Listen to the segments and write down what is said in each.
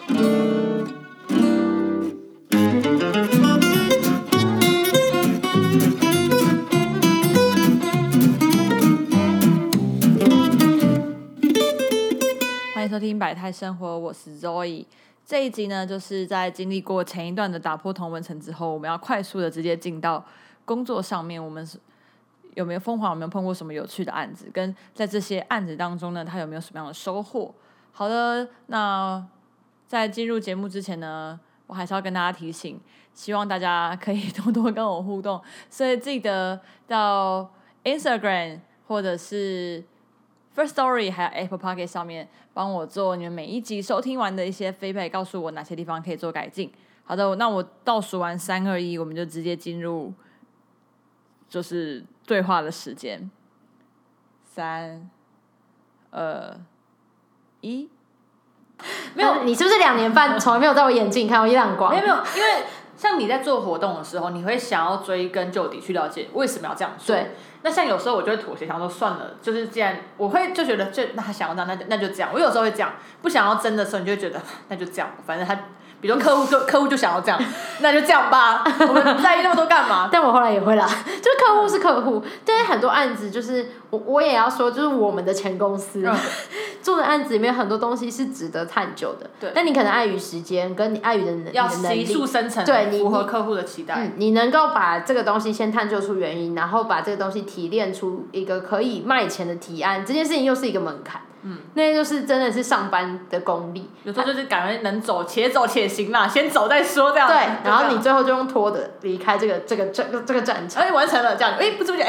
欢迎收听百态生活，我是 Zoe。这一集呢，就是在经历过前一段的打破同温层之后，我们要快速的直接进到工作上面。我们有没有疯狂？有没有碰过什么有趣的案子？跟在这些案子当中呢，他有没有什么样的收获？好的，那在进入节目之前呢，我还是要跟大家提醒，希望大家可以多多跟我互动，所以记得到 Instagram 或者是First Story 还有 Apple Podcast 上面帮我做你们每一集收听完的一些 feedback， 告诉我哪些地方可以做改进。好的，那我倒数完3、2、1，我们就直接进入就是对话的时间。3、2、1。 没有，你是不是2年半从来没有在我眼睛看过一两光？ 没有，因为像你在做活动的时候，你会想要追根究底去了解为什么要这样做。 对。 那像有时候我就会妥协，想说算了，就是既然我会就觉得那他想要这样，那就这样。我有时候会这样，不想要争的时候，你就会觉得那就这样，反正他，比如客户就想要这样，那就这样吧，我们在意那么多干嘛？ 但我后来也会啦，就是客户是客户，但是很多案子就是我也要说，就是我们的前公司、做的案子里面很多东西是值得探究的。 对。 但你可能碍于时间，跟你碍于你的能力， 要急速生成， 对， 符合客户的期待。 你能够把这个东西先探究出原因，然后把这个东西提炼出一个可以卖钱的提案，这件事情又是一个门槛。那就是真的是上班的功力。 有时候就是感觉能走且走且行啦，先走再说这样。 对，然后你最后就用拖的离开这个战场。 完成了这样，不知不觉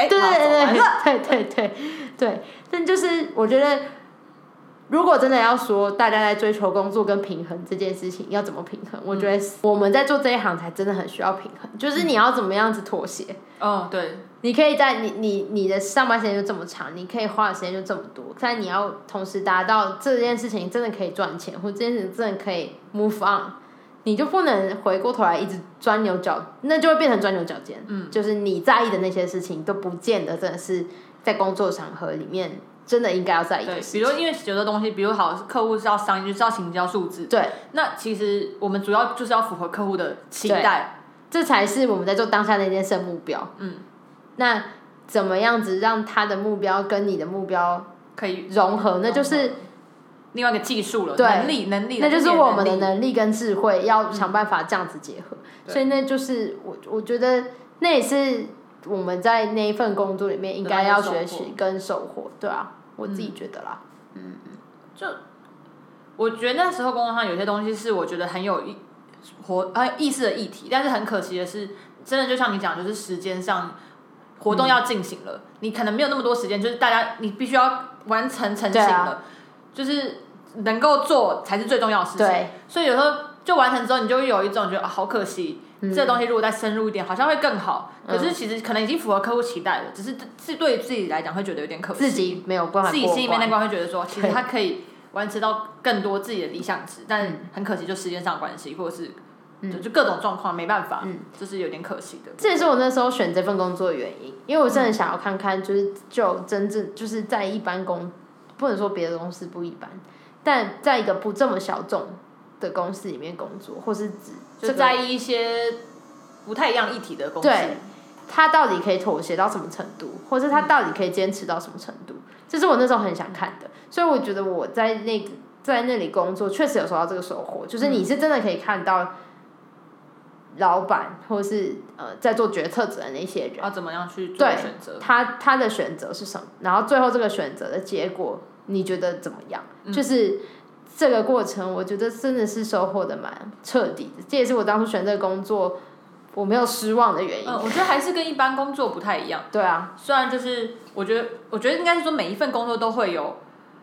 对，但就是我觉得，如果真的要说大家在追求工作跟平衡这件事情要怎么平衡，我觉得我们在做这一行才真的很需要平衡，就是你要怎么样子妥协。 对。 你可以在你的上班时间就这么长，你可以花的时间就这么多，但你要同时达到这件事情真的可以赚钱，或者这件事情真的可以 move on， 你就不能回过头来一直钻牛角，那就会变成钻牛角尖。就是你在意的那些事情都不见得真的是在工作场合里面真的应该要在意的事情。 比如因为有的东西，比如好客户是要商业，就是要行销数字。 对。 那其实我们主要就是要符合客户的期待， 这才是我们在做当下那件事的目标。那怎么样子让他的目标跟你的目标可以融合？那就是另外一个技术了，能力， 那就是我们的能力跟智慧要想办法这样子结合。所以那就是我觉得那也是我们在那一份工作里面应该要学习跟收获，对啊，我自己觉得啦。 就我觉得那时候工作上有些东西是我觉得很有意思的议题，但是很可惜的是，真的就像你讲，就是时间上。活动要进行了，你可能没有那么多时间，就是大家你必须要完成成型了，就是能够做才是最重要的事情。 对， 所以有时候就完成之后，你就会有一种觉得好可惜，这个东西如果再深入一点，好像会更好。可是其实可能已经符合客户期待了，只是对于自己来讲会觉得有点可惜， 自己没有办法过关， 自己心里面那关会觉得说，其实他可以完成到更多自己的理想值，但很可惜就时间上的关系，或者是。就各种状况没办法，这是有点可惜的。 这也是我那时候选这份工作的原因，因为我真的想要看看，就真正就是在一般不能说别的公司不一般，但在一个不这么小众的公司里面工作，或是就在意一些不太一样议题的公司， 对，他到底可以妥协到什么程度，或是他到底可以坚持到什么程度，这是我那时候很想看的。所以我觉得我在那里工作，确实有收到这个收获，就是你是真的可以看到。老板或是在做决策者的那些人要怎么样去做选择？ 他的选择是什么？然后最后这个选择的结果，你觉得怎么样？就是这个过程，我觉得真的是收获的蛮彻底的。这也是我当初选这个工作我没有失望的原因。 我觉得还是跟一般工作不太一样。 对啊， 虽然就是我觉得应该是说每一份工作都会有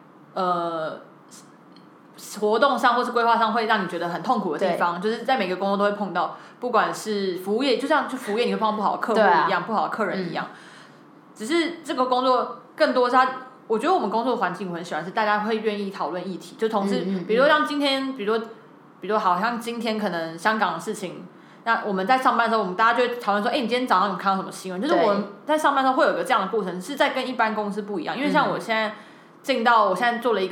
活动上或是规划上会让你觉得很痛苦的地方，就是在每个工作都会碰到，不管是服务业，就像服务业你会碰到不好的客户一样，不好的客人一样。只是这个工作更多是我觉得我们工作环境我很喜欢，是大家会愿意讨论议题，就同事，比如像今天，比如好像今天可能香港的事情。那我们在上班的时候，我们大家就会讨论说，你今天早上有看到什么新闻？就是我们在上班的时候会有个这样的过程，是在跟一般公司不一样。因为像我现在我现在做了一个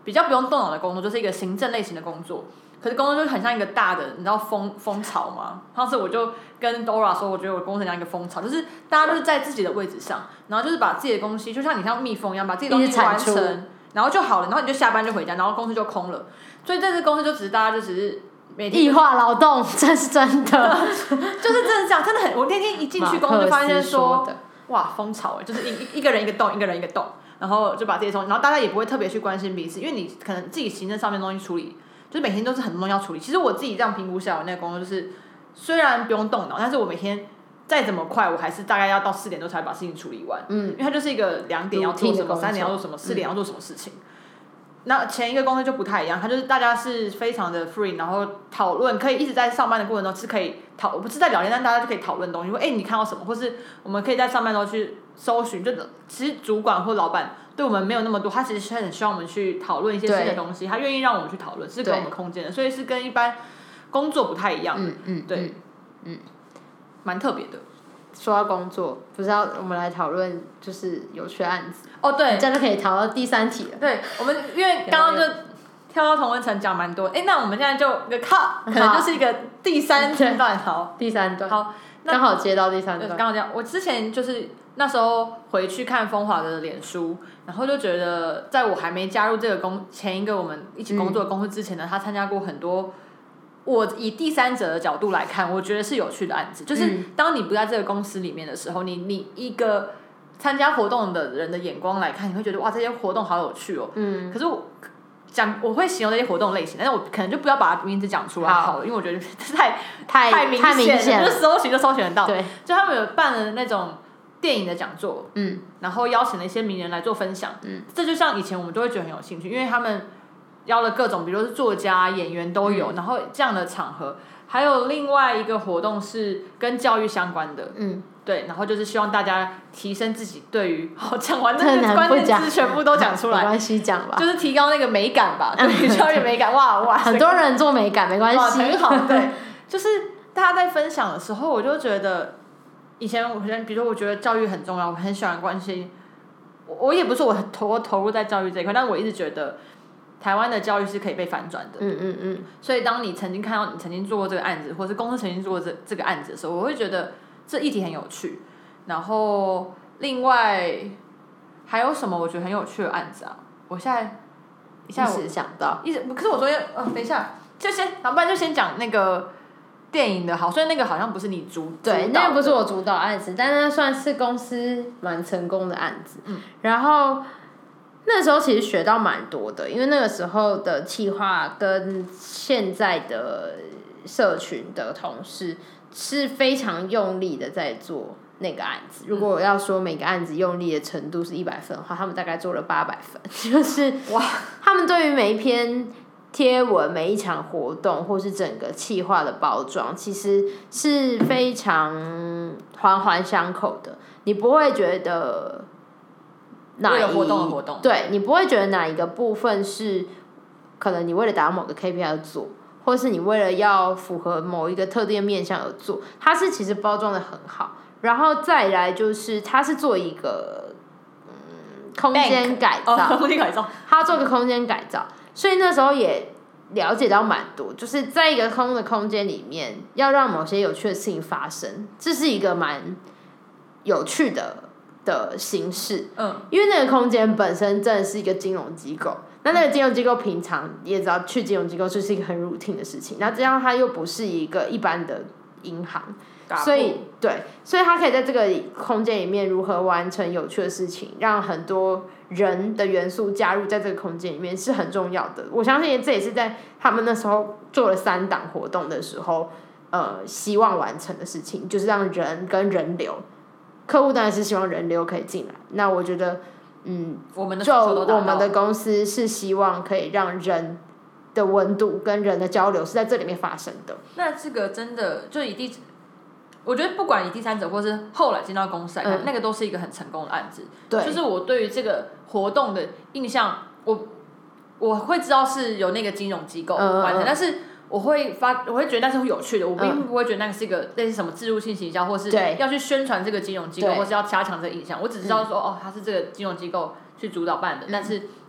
比较不用动脑的工作，就是一个行政类型的工作。可是工作就很像一个大的，你知道蜂巢吗？上次我就跟 Dora 说，我觉得我的工作很像一个蜂巢，就是大家都是在自己的位置上，然后就是把自己的东西，就像你像蜜蜂一样，把自己的东西完成，然后就好了，然后你就下班就回家，然后公司就空了。所以这次公司就只是大家就只是每天异化劳动，这是真的， 就是真的这样，真的很。我那天一进去公司就发现说，哇，蜂巢就是一个人一个洞，一个人一个洞，然后就把这些东西，然后大家也不会特别去关心彼此，因为你可能自己行政上面的东西处理。就是每天都是很多东西要处理。其实我自己这样评估下来，那个工作就是虽然不用动脑，但是我每天再怎么快，我还是大概要到4点多才把事情处理完。因为它就是一个2点要做什么，3点要做什么，4点要做什么事情。那前一个公司就不太一样，它就是大家是非常的 free， 然后讨论可以一直在上班的过程中是可以我不是在聊天，但大家就可以讨论东西，说你看到什么，或是我们可以在上班的时候去搜寻，就其实主管或老板对我们没有那么多，他其实很希望我们去讨论一些新的东西，他愿意让我们去讨论，是给我们空间的，所以是跟一般工作不太一样的。对，蛮特别的。 说到工作，不是要我们来讨论就是有趣的案子哦，对， 这样就可以讨到第3题了。 对，我们因为刚刚就跳到同温层讲蛮多，那我们现在就可能就是一个第3段，好， 第3段， 好， 刚好接到第3段。 刚好这样，我之前就是那时候回去看风华的脸书，然后就觉得，在我还没加入这个前一个我们一起工作的公司之前呢，他参加过很多。我以第三者的角度来看，我觉得是有趣的案子。就是当你不在这个公司里面的时候，你一个参加活动的人的眼光来看，你会觉得哇，这些活动好有趣哦。可是我会形容这些活动类型，但是我可能就不要把名字讲出来好了，因为我觉得太明显了，就是搜寻就搜寻得到。对，就他们有办了那种电影的讲座，然后邀请了一些名人来做分享，这就像以前我们都会觉得很有兴趣，因为他们。邀了各种，比如说是作家、演员都有，然后这样的场合，还有另外一个活动是跟教育相关的，对，然后就是希望大家提升自己对于，讲完那个关键字全部都讲出来， 没关系，讲吧， 就是提高那个美感吧，对于教育美感，哇， 很多人做美感没关系， 很好，对，就是大家在分享的时候，我就觉得以前比如说我觉得教育很重要，我很喜欢关心，我也不是我投入在教育这一块，但我一直觉得。台湾的教育是可以被反转的，所以当你曾经看到你曾经做过这个案子，或是公司曾经做过这个案子的时候，我会觉得这议题很有趣。然后另外还有什么我觉得很有趣的案子啊？我现在一下我想到， 可是我昨天等一下，不然就先讲那个电影的好，所以那个好像不是你对，那个不是我主导案子，但是那算是公司蛮成功的案子。然后。那时候其实学到蛮多的，因为那个时候的企划跟现在的社群的同事是非常用力的在做那个案子。如果我要说每个案子用力的程度是100分的话，他们大概做了800分，就是哇，他们对于每一篇贴文、每一场活动或是整个企划的包装，其实是非常环环相扣的，你不会觉得。 为了活动的活动， 对，你不会觉得哪一个部分是可能你为了达到某个 KPI 而做，或是你为了要符合某一个特定的面向而做，它是其实包装的很好，然后再来就是它是做一个空间改造， 空间改造， 它做个空间改造，所以那时候也了解到蛮多，就是在一个空的空间里面，要让某些有趣的事情发生，这是一个蛮有趣的形式，因为那个空间本身真的是一个金融机构，那个金融机构平常也知道去金融机构就是一个很 routine 的事情，那这样它又不是一个一般的银行，所以它可以在这个空间里面如何完成有趣的事情，让很多人的元素加入在这个空间里面是很重要的。我相信这也是在他们那时候做了3档活动的时候，希望完成的事情，就是让人跟人流。客户当然是希望人流可以进来，那我觉得， 我们的公司是希望可以让人的温度跟人的交流是在这里面发生的。 那这个真的就我觉得不管以第三者或是后来进到公司来看，那个都是一个很成功的案子。对，就是我对于这个活动的印象，我会知道是有那个金融机构完成，但是。我会觉得那是会有趣的，我并不会觉得那个是一个类似什么置入性行销，或是要去宣传这个金融机构，或是要加强这个印象。我只知道说，它是这个金融机构去主导办的，但是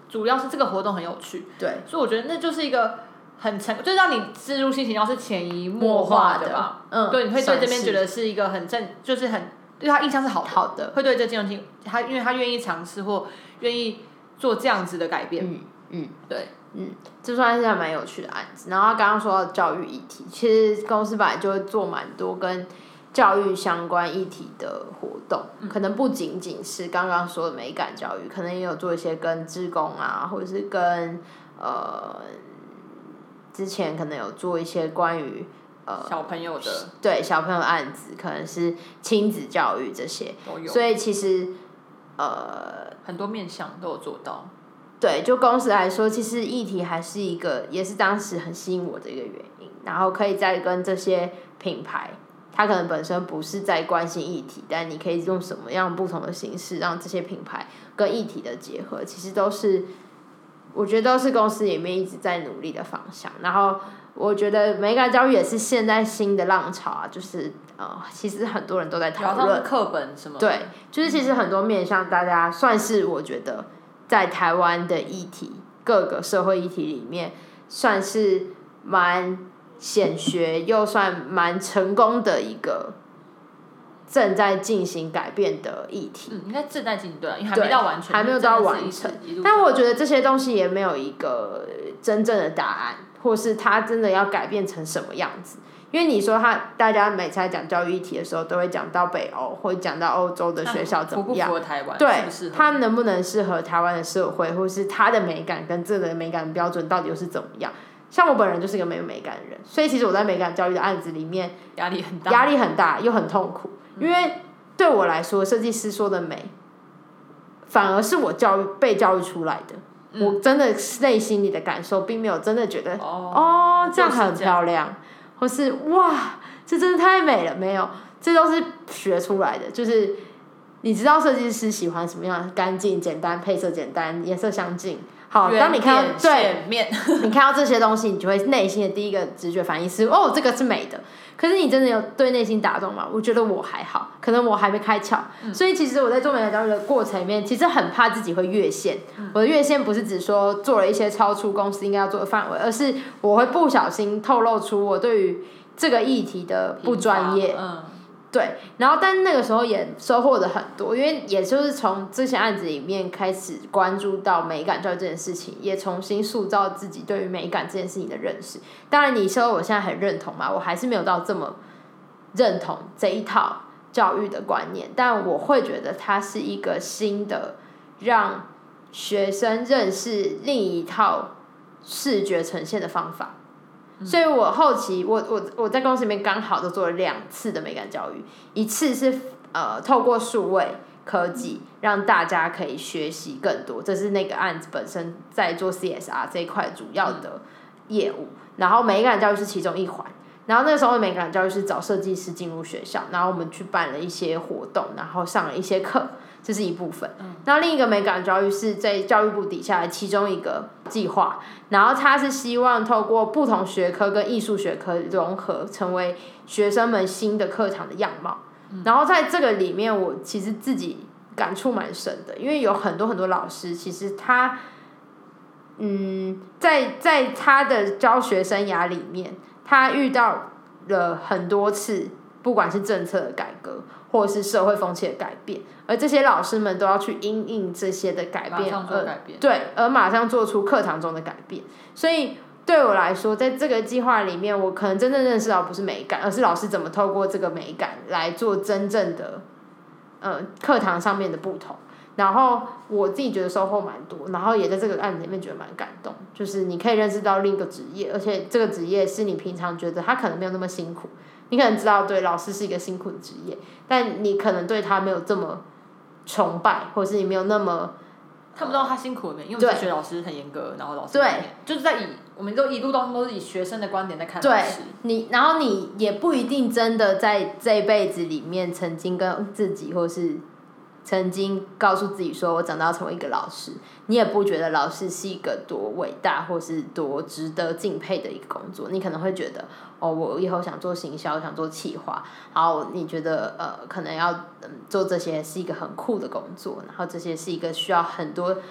主要是这个活动很有趣， 对， 所以我觉得那就是一个很成，就让你置入性行销是潜移默化的吧，对，你会对这边觉得是一个很正，就是很对他印象是好的，会对这金融经他因为他愿意尝试或愿意做这样子的改变，对。 这算是还蛮有趣的案子。然后刚刚说到教育议题，其实公司本来就会做蛮多跟教育相关议题的活动，可能不仅仅是刚刚说的美感教育，可能也有做一些跟志工啊，或者是跟之前可能有做一些关于小朋友的对小朋友的案子，可能是亲子教育这些都有， 所以其实很多面向都有做到。 对，就公司来说，其实议题还是一个，也是当时很吸引我的一个原因。然后可以再跟这些品牌，它可能本身不是在关心议题，但你可以用什么样不同的形式，让这些品牌跟议题的结合，其实都是我觉得都是公司里面一直在努力的方向。然后我觉得美感教育也是现在新的浪潮啊，就是其实很多人都在讨论课本什么的， 对，就是其实很多面向大家算是我觉得。在台湾的议题，各个社会议题里面，算是蛮显学又算蛮成功的一个正在进行改变的议题。 应该正在进行，对啊，因为还没到完全， 还没有到完成。但我觉得这些东西也没有一个真正的答案，或是它真的要改变成什么样子。因为你说大家每次在讲教育议题的时候，都会讲到北欧，或者讲到欧洲的学校怎么样， 符不符合台湾？ 对， 是它能不能适合台湾的社会，或是它的美感跟这个美感标准到底又是怎么样？像我本人就是一个没有美感的人，所以其实我在美感教育的案子里面压力很大又很痛苦，因为对我来说，设计师说的美，反而是我被教育出来的。我真的内心里的感受，并没有真的觉得这样很漂亮。或是哇，这真的太美了，没有，这都是学出来的。就是你知道设计师喜欢什么样，干净、简单，配色简单，颜色相近。好，当你看到你看到这些东西，你就会内心的第一个直觉反应是这个是美的。可是你真的有对内心打动吗？我觉得我还好，可能我还没开窍。所以其实我在做美感教育的过程里面，其实很怕自己会越线。我的越线不是只说做了一些超出公司应该要做的范围，而是我会不小心透露出我对于这个议题的不专业。对，然后但那个时候也收获的很多，因为也就是从这些案子里面开始关注到美感教育这件事情，也重新塑造自己对于美感这件事情的认识。当然你说我现在很认同嘛，我还是没有到这么认同这一套教育的观念，但我会觉得它是一个新的让学生认识另一套视觉呈现的方法。所以我后期我在公司里面刚好都做了2次的美感教育，一次是透过数位科技让大家可以学习更多，这是那个案子本身在做 CSR 这一块主要的业务，然后美感教育是其中一环。然后那个时候的美感教育是找设计师进入学校，然后我们去办了一些活动，然后上了一些课，这是一部分。然后另一个美感教育是在教育部底下的其中一个计划，然后它是希望透过不同学科跟艺术学科融合，成为学生们新的课堂的样貌。然后在这个里面，我其实自己感触蛮深的，因为有很多很多老师，其实他在他的教学生涯里面，他遇到了很多次，不管是政策的改革，或者是社会风气的改变，而这些老师们都要去因应这些的改变，而马上做出课堂中的改变。所以对我来说，在这个计划里面，我可能真正认识到不是美感，而是老师怎么透过这个美感来做真正的课堂上面的不同。然后我自己觉得收获蛮多，然后也在这个案子里面觉得蛮感动，就是你可以认识到另一个职业，而且这个职业是你平常觉得他可能没有那么辛苦，你可能知道对老师是一个辛苦的职业，但你可能对他没有这么崇拜，或是你没有那么看不到他辛苦的面，因为我们学老师很严格，然后老师就是我们都一路都是以学生的观点在看老师。 然后你也不一定真的在这一辈子里面曾经跟自己或是曾经告诉自己说我长大要成为一个老师，你也不觉得老师是一个多伟大或是多值得敬佩的一个工作，你可能会觉得我以后想做行销，想做企划，然后你觉得可能要做这些是一个很酷的工作，然后这些是一个需要很多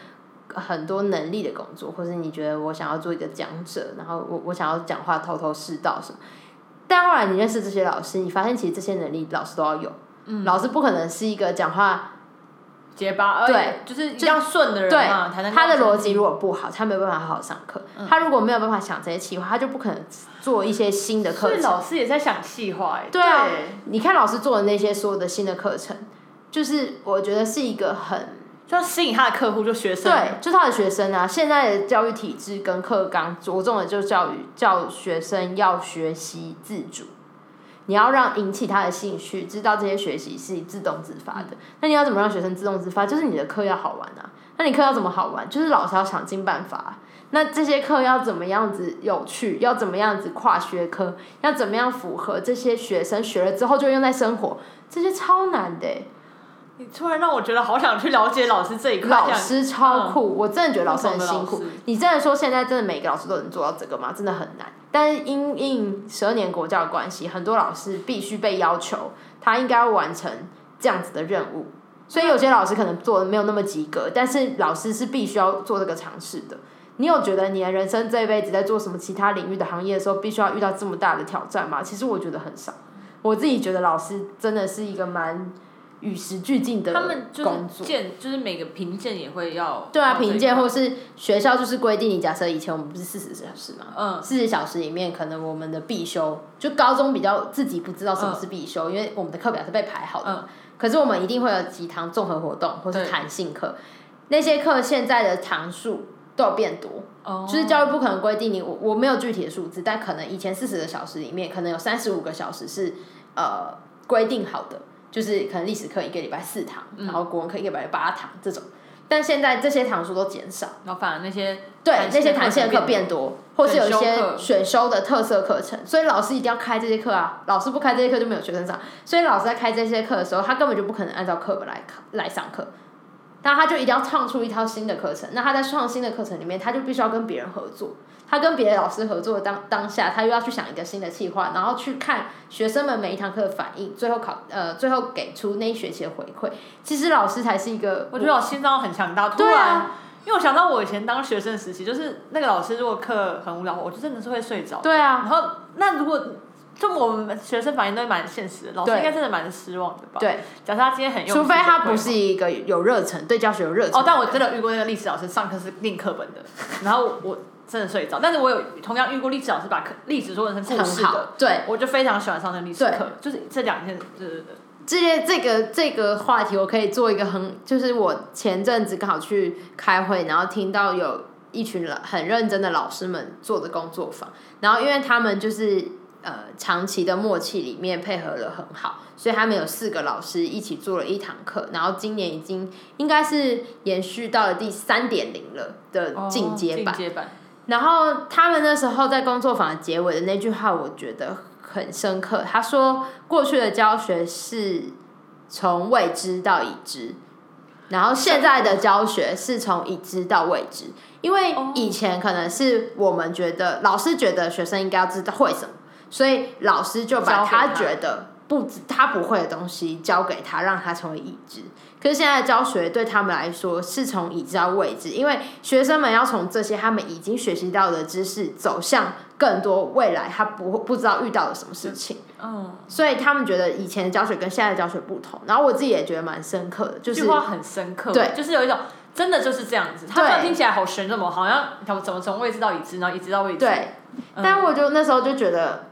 很多能力的工作，或是你觉得我想要做一个讲者，然后我想要讲话头头是道什么。但后来你认识这些老师，你发现其实这些能力老师都要有。老师不可能是一个讲话结巴， 对， 就是一样顺的人嘛，才能他的逻辑如果不好，他没有办法好好上课。他如果没有办法想这些企划，他就不可能做一些新的课程。 所以老师也在想企划， 对啊，你看老师做的那些所有的新的课程，就是我觉得是一个很就要吸引他的客户，就学生。 对，就他的学生啊。现在的教育体制跟课纲着重的就是教学生要学习自主。你要引起他的兴趣，知道这些学习是自动自发的。那你要怎么让学生自动自发？就是你的课要好玩啊。那你课要怎么好玩？就是老师要想尽办法啊。那这些课要怎么样子有趣？要怎么样子跨学科？要怎么样符合这些学生学了之后就用在生活？这些超难的欸。 你突然让我觉得好想去了解老师这一块。 老师超酷，我真的觉得老师很辛苦。你真的说现在真的每个老师都能做到这个吗？真的很难。但是因12年国教的关系，很多老师必须被要求，他应该要完成这样子的任务。所以有些老师可能做的没有那么及格，但是老师是必须要做这个尝试的。你有觉得你的人生这一辈子在做什么其他领域的行业的时候，必须要遇到这么大的挑战吗？其实我觉得很少。我自己觉得老师真的是一个蛮与时俱进的工作。他们就是每个评鉴也会要。 对啊，评鉴或是学校就是规定你，假设以前我们不是40小时嘛，40小时里面可能我们的必修，就高中比较自己不知道什么是必修，因为我们的课表是被排好的。可是我们一定会有几堂综合活动或是弹性课，那些课现在的堂数都有变多。就是教育部可能规定你，我没有具体的数字，但可能以前40个小时里面，可能有35个小时是规定好的。就是可能历史课一个礼拜4堂，然后国文课一个礼拜8堂这种，但现在这些堂数都减少， 然后反而那些弹性的课变多，或是有一些选修的特色课程，所以老师一定要开这些课啊，老师不开这些课就没有学生上，所以老师在开这些课的时候，他根本就不可能按照课本来上课，那他就一定要创出一套新的课程，那他在创新的课程里面，他就必须要跟别人合作。他跟别的老师合作的当下，他又要去想一个新的计划，然后去看学生们每一堂课的反应，最后给出那一学期的回馈。其实老师才是一个， 我觉得我心脏很强大。突然，因为我想到我以前当学生时期，就是那个老师如果课很无聊，我就真的是会睡着。 对啊。 然后那如果就我们学生反应都蛮现实的，老师应该真的蛮失望的吧？ 对。 假设他今天很用心， 除非他不是一个有热忱，对教学有热忱。 但我真的遇过那个历史老师上课是念课本的，然后我真的睡着。但是我有同样遇过历史老师把历史说成故事的， 对， 我就非常喜欢上那个历史课。就是这两件，对。 这个话题我可以做一个就是我前阵子刚好去开会，然后听到有一群很认真的老师们做的工作坊，然后因为他们就是长期的默契里面配合了很好，所以他们有4个老师一起做了一堂课，然后今年已经应该是延续到了第3.0了的进阶版。然后他们那时候在工作坊结尾的那句话，我觉得很深刻。他说，过去的教学是从未知到已知，然后现在的教学是从已知到未知。因为以前可能是我们觉得老师觉得学生应该要知道会什么，所以老师就把他觉得他不会的东西交给他，让他成为已知。可是现在的教学对他们来说是从已知到未知，因为学生们要从这些他们已经学习到的知识走向更多未来他不知道遇到了什么事情。所以他们觉得以前的教学跟现在的教学不同。然后我自己也觉得蛮深刻的，就是这句话很深刻， 对， 就是有一种真的就是这样子。他们听起来好玄，怎么好像怎么从未知到已知，然后已知到未知。 对，但我就那时候就觉得，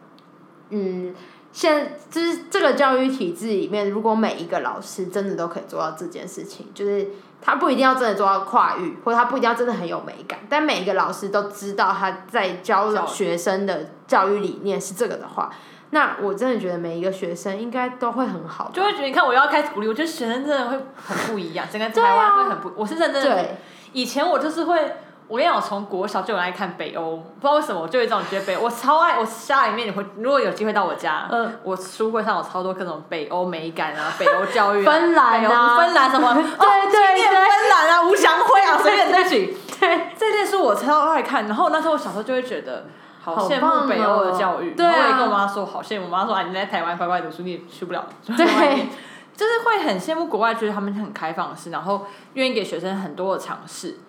就是这个教育体制里面，如果每一个老师真的都可以做到这件事情，就是他不一定要真的做到跨域，或者他不一定要真的很有美感，但每一个老师都知道他在教学生的教育理念是这个的话，那我真的觉得每一个学生应该都会很好， 就会觉得你看我要开始鼓励，我觉得学生真的会很不一样，整个台湾会很不，我是认真的。 对， 以前我就是会。我跟你讲，我从国小就有爱看北欧，不知道为什么，我就有一种觉得北欧，我超爱。我家里面如果有机会到我家，我书柜上有超多各种北欧美感啊，北欧教育啊， 芬兰啊， 芬兰什么，对，芬兰啊，吴祥辉啊，随便这群，对，这类书我超爱看。然后那时候我小时候就会觉得好羡慕北欧的教育，然后我也跟我妈说好羡慕，我妈说你在台湾乖乖读书，你也去不了， 对。 就是会很羡慕国外，觉得他们很开放的事，然后愿意给学生很多的尝试。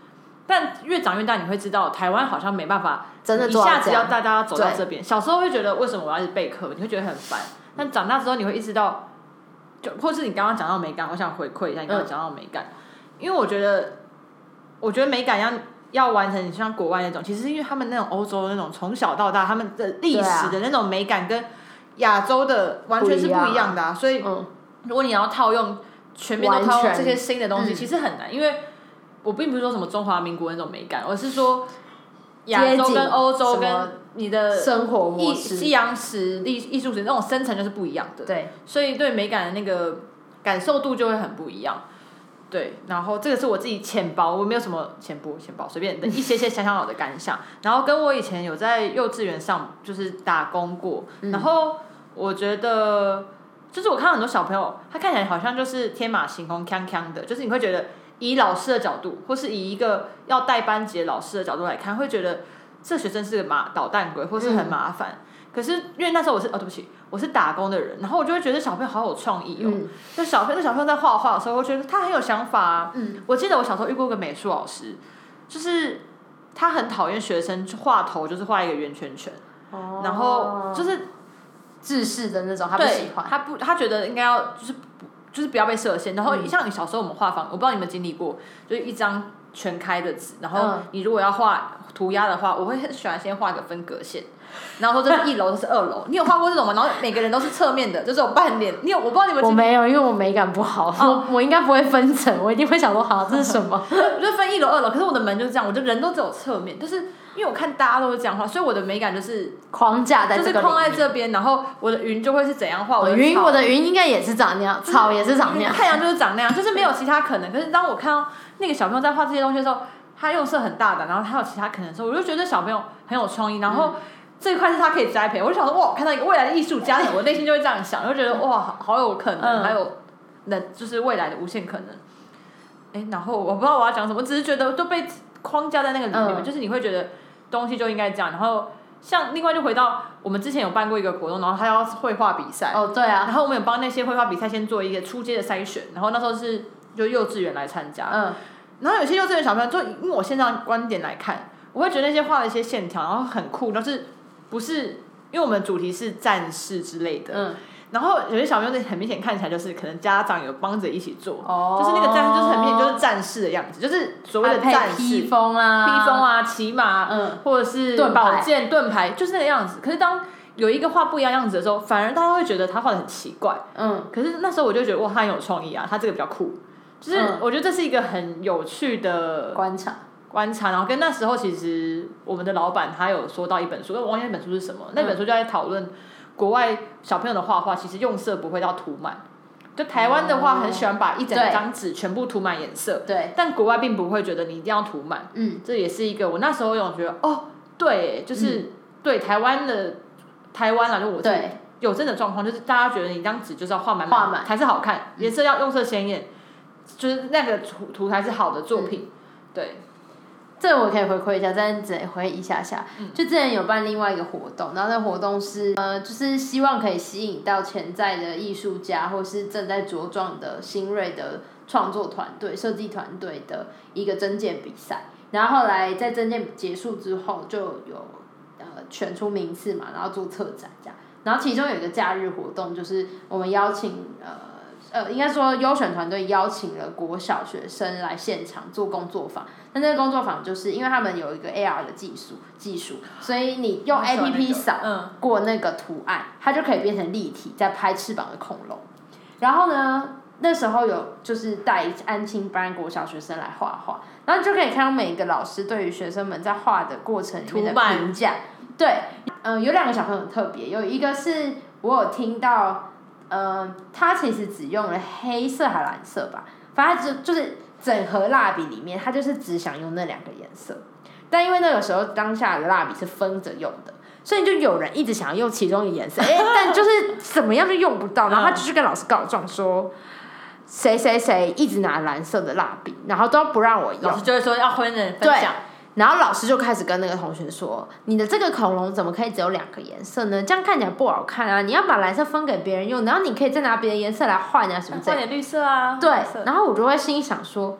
但越长越大，你会知道台湾好像没办法真的一下子要做到这样大家走到这边。小时候会觉得为什么我要一直备课，你会觉得很烦。但长大之后你会意识到，或是你刚刚讲到美感，我想回馈一下你刚刚讲到美感，因为我觉得美感要完成，你像国外那种，其实因为他们那种欧洲那种从小到大他们的历史的那种美感跟亚洲的完全是不一样的所以如果你要套用全面都套用这些新的东西，其实很难，因为我并不是说什么中华民国那种美感，而是说亚洲跟欧洲跟你的生活模式、 西洋史、艺术史那种深层就是不一样的， 对， 所以对美感的那个感受度就会很不一样。对，然后这个是我自己浅薄，我没有什么浅薄随便的一些想想好的感想。然后跟我以前有在幼稚园上就是打工过，然后我觉得就是我看到很多小朋友，他看起来好像就是天马行空、锵锵的，就是你会觉得以老师的角度，或是以一个要带班级的老师的角度来看，会觉得这学生是个捣蛋鬼，或是很麻烦。可是因为那时候对不起，我是打工的人，然后我就会觉得小朋友好有创意就小朋友在画画的时候，我觉得他很有想法我记得我小时候遇过一个美术老师，就是他很讨厌学生画头，就是画一个圆圈圈，然后就是制式的那种，他不喜欢， 他觉得应该要就是不要被设限。然后像你小时候我们画房，我不知道你们经历过，就是一张全开的纸，然后你如果要画涂鸦的话，我会很喜欢先画个分隔线。然后说这是1楼，这是2楼。你有画过这种吗？然后每个人都是侧面的，就是有半脸。我不知道你们。 我没有，因为我美感不好，我应该不会分层，我一定会想说，好，这是什么？ 我就分1楼、2楼，可是我的门就是这样，我就人都只有侧面，就是因为我看大家都是这样画，所以我的美感就是框架在这个里面， 就是框在这边，然后我的云就会是怎样画。我的云应该也是长那样，草也是长那样， 太阳就是长那样，就是没有其他可能。可是当我看到那个小朋友在画这些东西的时候，他用色很大胆，然后他有其他可能的时候，我就觉得小朋友很有创意，然后。这一块是他可以栽培，我就想说哇，看到一个未来的艺术家，我内心就会这样想，就觉得哇，好有可能，还有就是未来的无限可能。然后我不知道我要讲什么，我只是觉得都被框架在那个里面，就是你会觉得东西就应该这样。然后像另外就回到我们之前有办过一个活动，然后他要绘画比赛， 对啊， 然后我们有帮那些绘画比赛先做一个初阶的筛选，然后那时候是就幼稚园来参加，然后有些幼稚园小朋友就因为我现在观点来看，我会觉得那些画的一些线条，然后很酷，但是。不是，因为我们主题是战士之类的，然后有些小朋友很明显看起来就是可能家长有帮着一起做，就是那个战士就是很明显就是战士的样子，就是所谓的战士， 披风啊， 骑马，或者是宝剑、盾牌，就是那个样子。可是当有一个画不一样样子的时候，反而大家会觉得他画的很奇怪，可是那时候我就觉得哇，他很有创意啊，他这个比较酷，就是我觉得这是一个很有趣的观察，然后跟那时候其实我们的老板他有说到一本书，我忘记那本书是什么，那本书就在讨论国外小朋友的画画其实用色不会到涂满，就台湾的话很喜欢把一整张纸全部涂满颜色，但国外并不会觉得你一定要涂满，这也是一个我那时候有觉得对，就是对台湾啦，就我是有真的状况，就是大家觉得你一张纸就是要画满才是好看，颜色要用色鲜艳，就是那个图才是好的作品，对。 这我可以回馈一下，但只能回忆一下下。就之前有办另外一个活动，然后那个活动是就是希望可以吸引到潜在的艺术家，或是正在茁壮的新锐的创作团队、设计团队的一个征件比赛。然后后来在征件结束之后，就有选出名次嘛，然后做策展这样。然后其中有一个假日活动，就是我们邀请应该说优选团队邀请了国小学生来现场做工作坊。那个工作坊就是因为他们有一个 AR 的技术，所以你用 APP 扫过那个图案，它就可以变成立体在拍翅膀的恐龙。然后呢，那时候有就是带安亲班国小学生来画画，然后就可以看到每一个老师对于学生们在画的过程里面的评价。对，有2个小朋友很特别，有一个是我有听到。他其实只用了黑色还蓝色吧，反正就是整盒蜡笔里面，他就是只想用那2个颜色。但因为那个时候当下的蜡笔是分着用的，所以就有人一直想要用其中一个颜色，但就是怎么样就用不到，然后他就去跟老师告状说，谁谁谁一直拿蓝色的蜡笔，然后都不让我用， 老师就会说要分人分享。 然后老师就开始跟那个同学说，你的这个恐龙怎么可以只有2个颜色呢？这样看起来不好看啊！你要把蓝色分给别人用，然后你可以再拿别的颜色来换啊，什么之类的。 换点绿色啊。 对，然后我就会心里想说，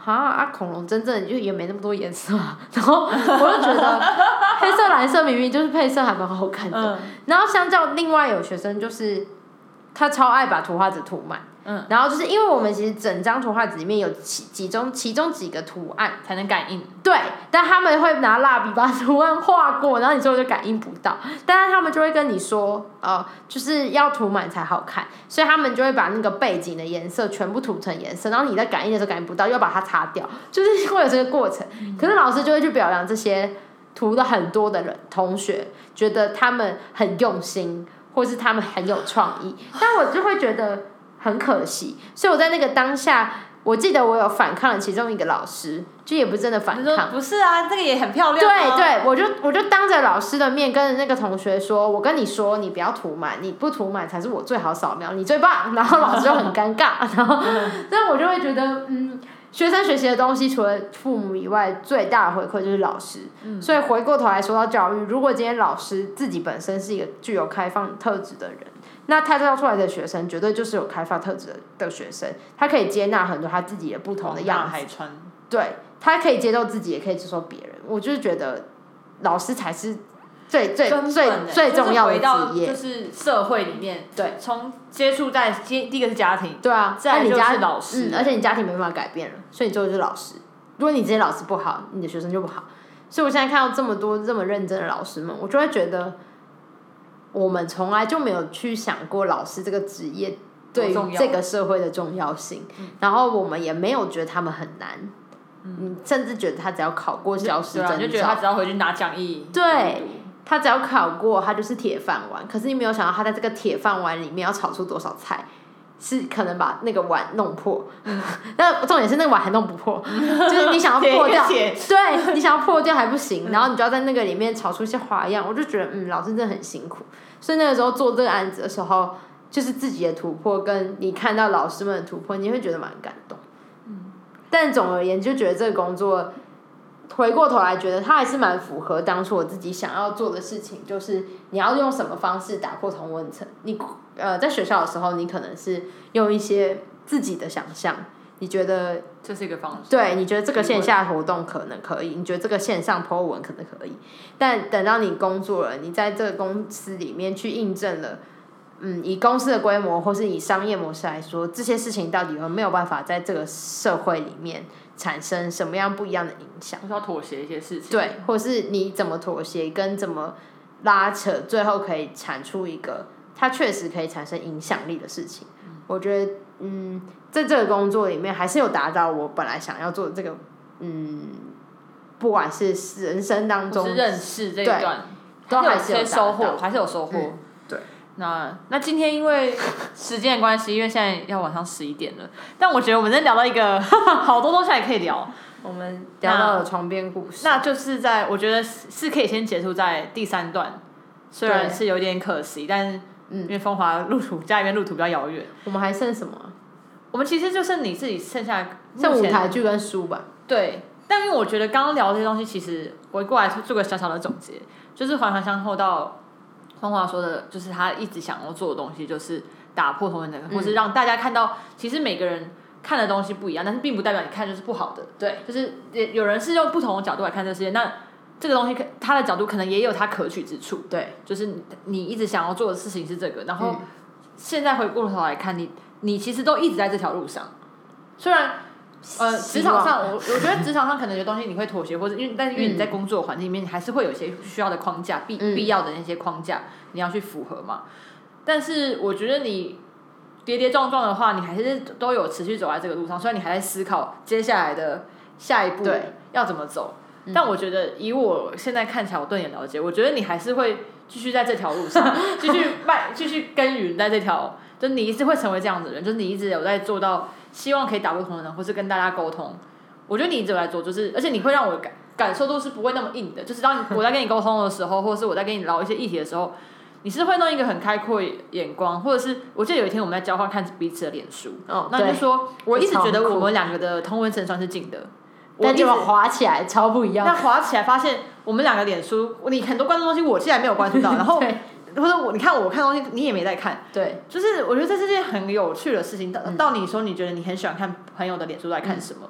恐龙真正就也没那么多颜色啊，然后我就觉得黑色蓝色明明就是配色还蛮好看的，然后相较另外有学生就是他超爱把图画纸涂满。然后就是因为我们其实整张图画纸里面有其中几个图案才能感应， 对，但他们会拿蜡笔把图案画过，然后你最后就感应不到，但是他们就会跟你说，就是要涂满才好看，所以他们就会把那个背景的颜色全部涂成颜色，然后你在感应的时候感应不到，又把它擦掉，就是会有这个过程。可是老师就会去表扬这些涂了很多的人同学，觉得他们很用心，或是他们很有创意，但我就会觉得很可惜，所以我在那个当下，我记得我有反抗了其中一个老师，就也不是真的反抗。 不是啊，这个也很漂亮啊。 对，我就当着老师的面跟那个同学说，我跟你说，你不要涂满，你不涂满才是我最好扫描，你最棒。然后老师就很尴尬，然后但我就会觉得，学生学习的东西除了父母以外，最大的回馈就是老师。所以回过头来说到教育，如果今天老师自己本身是一个具有开放特质的人，那他教出来的学生绝对就是有开放特质的学生，他可以接纳很多他自己的不同的样子，对，他可以接受自己，也可以接受别人。我就是觉得老师才是最重要的职业， 就是社会里面， 对， 从接触在第一个是家庭， 对啊， 再来就是老师， 而且你家庭没办法改变了，所以你最后就是老师。如果你今天老师不好，你的学生就不好。所以我现在看到这么多这么认真的老师们，我就会觉得，我们从来就没有去想过老师这个职业对于这个社会的重要性，然后我们也没有觉得他们很难，甚至觉得他只要考过教师证照， 就觉得他只要回去拿讲义， 对，他只要考过，他就是铁饭碗。可是你没有想到，他在这个铁饭碗里面要炒出多少菜，是可能把那个碗弄破。那重点是那个碗还弄不破，就是你想要破掉，对，你想要破掉还不行，然后你就要在那个里面炒出一些花样。我就觉得，老师真的很辛苦。所以那个时候做这个案子的时候，就是自己的突破，跟你看到老师们的突破，你会觉得蛮感动。但总而言之，就觉得这个工作。回过头来觉得它还是蛮符合当初我自己想要做的事情，就是你要用什么方式打破同温层。你在学校的时候，你可能是用一些自己的想象，你觉得这是一个方式， 对，你觉得这个线下活动可能可以，你觉得这个线上 po 文可能可以，但等到你工作了，你在这个公司里面去印证了，以公司的规模或是以商业模式来说，这些事情到底有没有办法在这个社会里面产生什么样不一样的影响？ 就是要妥协一些事情， 对，或是你怎么妥协，跟怎么拉扯，最后可以产出一个它确实可以产生影响力的事情。我觉得，在这个工作里面，还是有达到我本来想要做的这个，不管是人生当中， 是认识这一段， 都还是有收获，还是有收获。 对。 那今天因为时间的关系，因为现在要晚上11点了，但我觉得我们真的聊到一个好多东西还可以聊。 我们聊到了床边故事， 那就是我觉得是可以先结束在第3段，虽然是有点可惜，但是因为风华家里面路途比较遥远。 我们还剩什么？ 我们其实就剩你自己剩舞台剧跟书吧。 对，但因为我觉得刚刚聊的这些东西，其实我过来做个小小的总结，就是环环相扣到风华说的，就是他一直想要做的东西，就是打破同温层，或是让大家看到，其实每个人看的东西不一样，但是并不代表你看就是不好的。 对， 就是有人是用不同的角度来看这个世界，那这个东西他的角度可能也有他可取之处。 对， 就是你一直想要做的事情是这个，然后现在回过头来看，你其实都一直在这条路上，虽然。职场上我觉得职场上可能有东西你会妥协，或者但是因为你在工作环境里面，你还是会有一些需要的框架，必要的那些框架，你要去符合嘛。但是我觉得你跌跌撞撞的话，你还是都有持续走在这个路上，虽然你还在思考接下来的下一步要怎么走，但我觉得以我现在看起来，我对你的了解，我觉得你还是会继续在这条路上继续耕耘在这条，就是你一直会成为这样的人，就是你一直有在做到。希望可以打破同温层，或是跟大家沟通。我觉得你一直有在做，就是而且你会让我感受度是不会那么硬的。就是当我在跟你沟通的时候，或者是我在跟你聊一些议题的时候，你是会弄一个很开阔眼光，或者是我记得有一天我们在交换看彼此的脸书，那你就说我一直觉得我们2个的同温层算是近的， 但结果滑起来超不一样。 那滑起来发现我们2个脸书，你很多关注东西我竟然没有关注到，然后。或者你看我看东西，你也没在看， 对， 就是我觉得这是件很有趣的事情。到你说你觉得你很喜欢看朋友的脸书在看什么，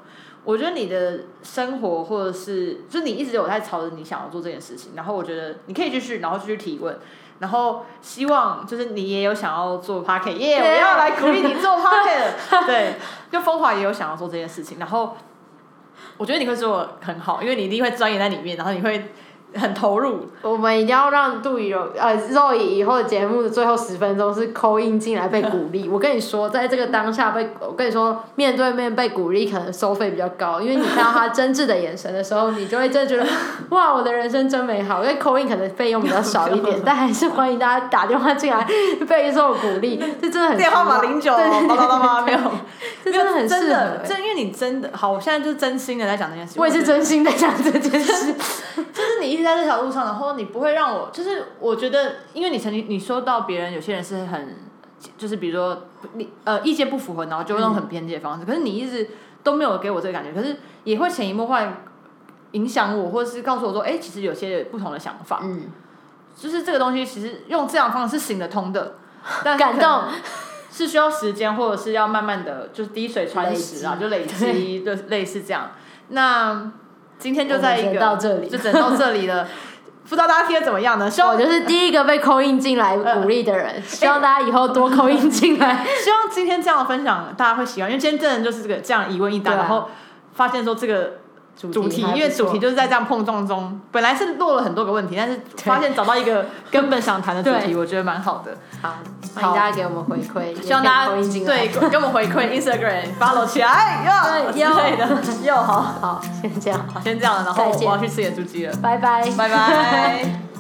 我觉得你的生活或者是就是你一直有在朝着你想要做这件事情，然后我觉得你可以继续，然后继续提问。然后希望就是你也有想要做 podcast， 耶，我要来鼓励你做 podcast。对，就风华也有想要做这件事情，然后我觉得你会做很好，因为你一定会钻研在里面，然后你会很投入。 我们一定要让杜宇柔Zoe 以后的节目的最后10分钟是call in进来被鼓励。我跟你说，在这个当下我跟你说，面对面被鼓励可能收费比较高，因为你看到他真挚的眼神的时候，你就会真的觉得哇，我的人生真美好。因为 call in 可能费用比较少一点，但还是欢迎大家打电话进来备受鼓励，这真的很电话码098888没有， 这真的很适合。 这因为你真的好，我现在就是真心的在讲这件事。 我也是真心在讲这件事， 就是你一直在这条路上，然后你不会让我，就是我觉得，因为你曾经你说到别人有些人是很，就是比如说你意见不符合，然后就用很偏激的方式，可是你一直都没有给我这个感觉，可是也会潜移默化影响我，或者是告诉我说，其实有些不同的想法，就是这个东西其实用这样的方式是行得通的，但感动是需要时间，或者是要慢慢的就是滴水穿石啊，就累积，就类似这样。那今天就在一个就整到这里了。不知道大家听得怎么样呢？希望我就是第一个被call in进来鼓励的人，希望大家以后多call in进来。 希望今天这样的分享大家会喜欢，因为今天真的就是这样一问一答，然后发现说这个主题，因为主题就是在这样碰撞中，本来是落了很多个问题，但是发现找到一个根本想谈的主题，我觉得蛮好的。 好，欢迎大家给我们回馈， 希望大家对给我们回馈 Instagram follow 起来哟之类的，又好， 先这样， 好，先这样了，然后我要去吃野猪鸡了， 拜拜， 拜拜。